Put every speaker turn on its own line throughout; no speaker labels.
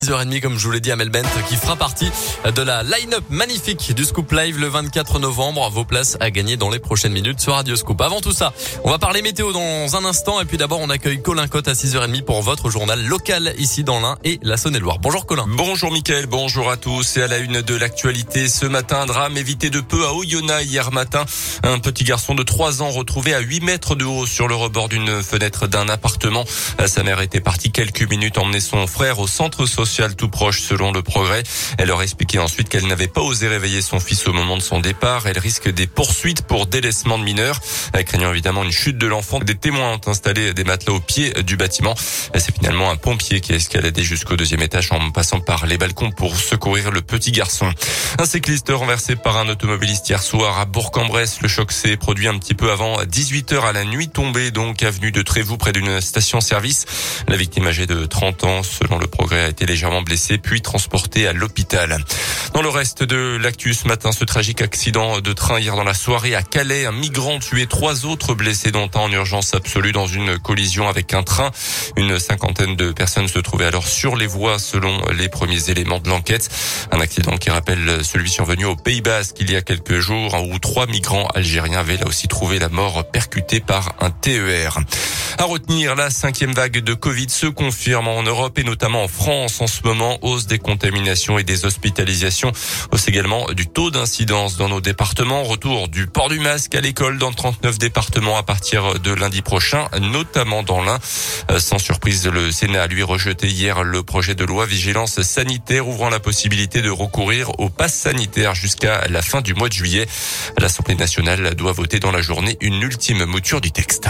6h30, comme je vous l'ai dit, Amel Bent qui fera partie de la line-up magnifique du Scoop Live le 24 novembre. Vos places à gagner dans les prochaines minutes sur Radio Scoop. Avant tout ça, on va parler météo dans un instant. Et puis d'abord, on accueille Colin Cotte à 6h30 pour votre journal local ici dans l'Ain et la Saône-et-Loire. Bonjour Colin.
Bonjour Mickaël, bonjour à tous. Et à la une de l'actualité ce matin, drame évité de peu à Oyonnax hier matin. Un petit garçon de 3 ans retrouvé à 8 mètres de haut sur le rebord d'une fenêtre d'un appartement. Sa mère était partie quelques minutes emmener son frère au centre social tout proche selon le Progrès. Elle leur expliquait ensuite qu'elle n'avait pas osé réveiller son fils au moment de son départ. Elle risque des poursuites pour délaissement de mineurs. Craignant évidemment une chute de l'enfant, des témoins ont installé des matelas au pied du bâtiment. C'est finalement un pompier qui a escaladé jusqu'au 2e étage en passant par les balcons pour secourir le petit garçon. Un cycliste renversé par un automobiliste hier soir à Bourg-en-Bresse. Le choc s'est produit un petit peu avant 18h à la nuit tombée, donc avenue de Trévoux près d'une station-service. La victime âgée de 30 ans, selon le Progrès, a été légèrement blessée puis transportée à l'hôpital. Dans le reste de l'actu ce matin, ce tragique accident de train hier dans la soirée à Calais. Un migrant tué, 3 autres blessés dont un en urgence absolue dans une collision avec un train. Une cinquantaine de personnes se trouvaient alors sur les voies selon les premiers éléments de l'enquête. Un accident qui rappelle celui survenu au Pays Basque il y a quelques jours où 3 migrants algériens avaient là aussi trouvé la mort percutés par un TER. À retenir, la 5e vague de Covid se confirme en Europe et notamment en France en ce moment. Hausse des contaminations et des hospitalisations. Hausse également du taux d'incidence dans nos départements. Retour du port du masque à l'école dans 39 départements à partir de lundi prochain, notamment dans l'Ain. Sans surprise, le Sénat a lui rejeté hier le projet de loi vigilance sanitaire ouvrant la possibilité de recourir au pass sanitaire jusqu'à la fin du mois de juillet. L'Assemblée nationale doit voter dans la journée une ultime mouture du texte.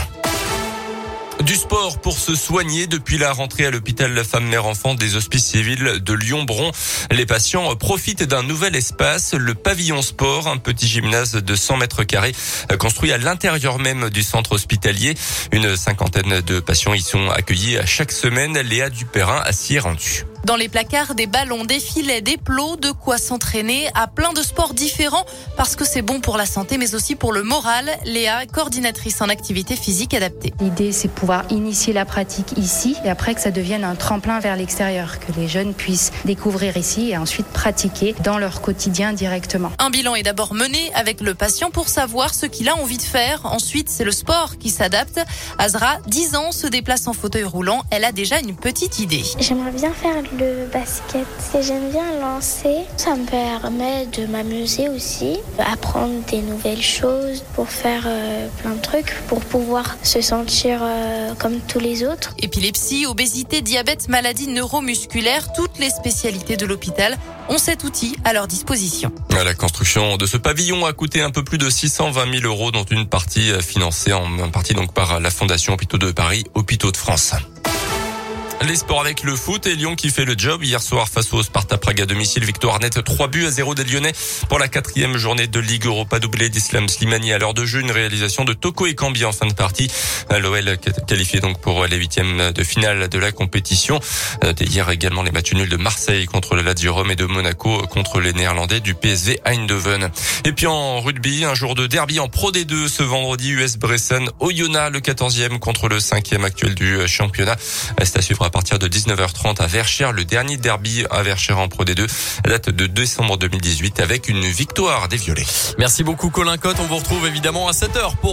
Du sport pour se soigner depuis la rentrée à l'hôpital femme-mère-enfant des Hospices civils de Lyon-Bron. Les patients profitent d'un nouvel espace, le pavillon sport, un petit gymnase de 100 mètres carrés construit à l'intérieur même du centre hospitalier. Une cinquantaine de patients y sont accueillis chaque semaine. Léa Dupérin s'y est rendue.
Dans les placards, des ballons, des filets, des plots, de quoi s'entraîner à plein de sports différents parce que c'est bon pour la santé mais aussi pour le moral. Léa, coordinatrice en activité physique adaptée.
L'idée, c'est pouvoir initier la pratique ici et après que ça devienne un tremplin vers l'extérieur, que les jeunes puissent découvrir ici et ensuite pratiquer dans leur quotidien directement.
Un bilan est d'abord mené avec le patient pour savoir ce qu'il a envie de faire. Ensuite, c'est le sport qui s'adapte. Azra, 10 ans, se déplace en fauteuil roulant. Elle a déjà une petite idée.
J'aimerais bien faire le basket. J'aime bien lancer. Ça me permet de m'amuser aussi, apprendre des nouvelles choses pour faire plein de trucs, pour pouvoir se sentir comme tous les autres.
Épilepsie, obésité, diabète, maladies neuromusculaires, toutes les spécialités de l'hôpital ont cet outil à leur disposition.
La construction de ce pavillon a coûté un peu plus de 620 000 €, dont une partie financée en partie donc par la Fondation Hôpitaux de Paris, Hôpitaux de France. Les sports avec le foot et Lyon qui fait le job hier soir face au Sparta Prague à domicile. Victoire nette 3-0 des Lyonnais pour la 4e journée de Ligue Europa. Doublé d'Islam Slimani à l'heure de jeu. Une réalisation de Toko Ekambi en fin de partie. L'OL qualifié donc pour les 8e de finale de la compétition. Hier également les matchs nuls de Marseille contre le Lazio Rome et de Monaco contre les Néerlandais du PSV Eindhoven. Et puis en rugby, un jour de derby en Pro D2 ce vendredi. US Bressan Oyonnax, le 14e contre le 5e actuel du championnat. C'est à suivre à partir de 19h30 à Verchères. Le dernier derby à Verchères en Pro D2 date de décembre 2018 avec une victoire des Violets.
Merci beaucoup Colin Cotte. On vous retrouve évidemment à 7h pour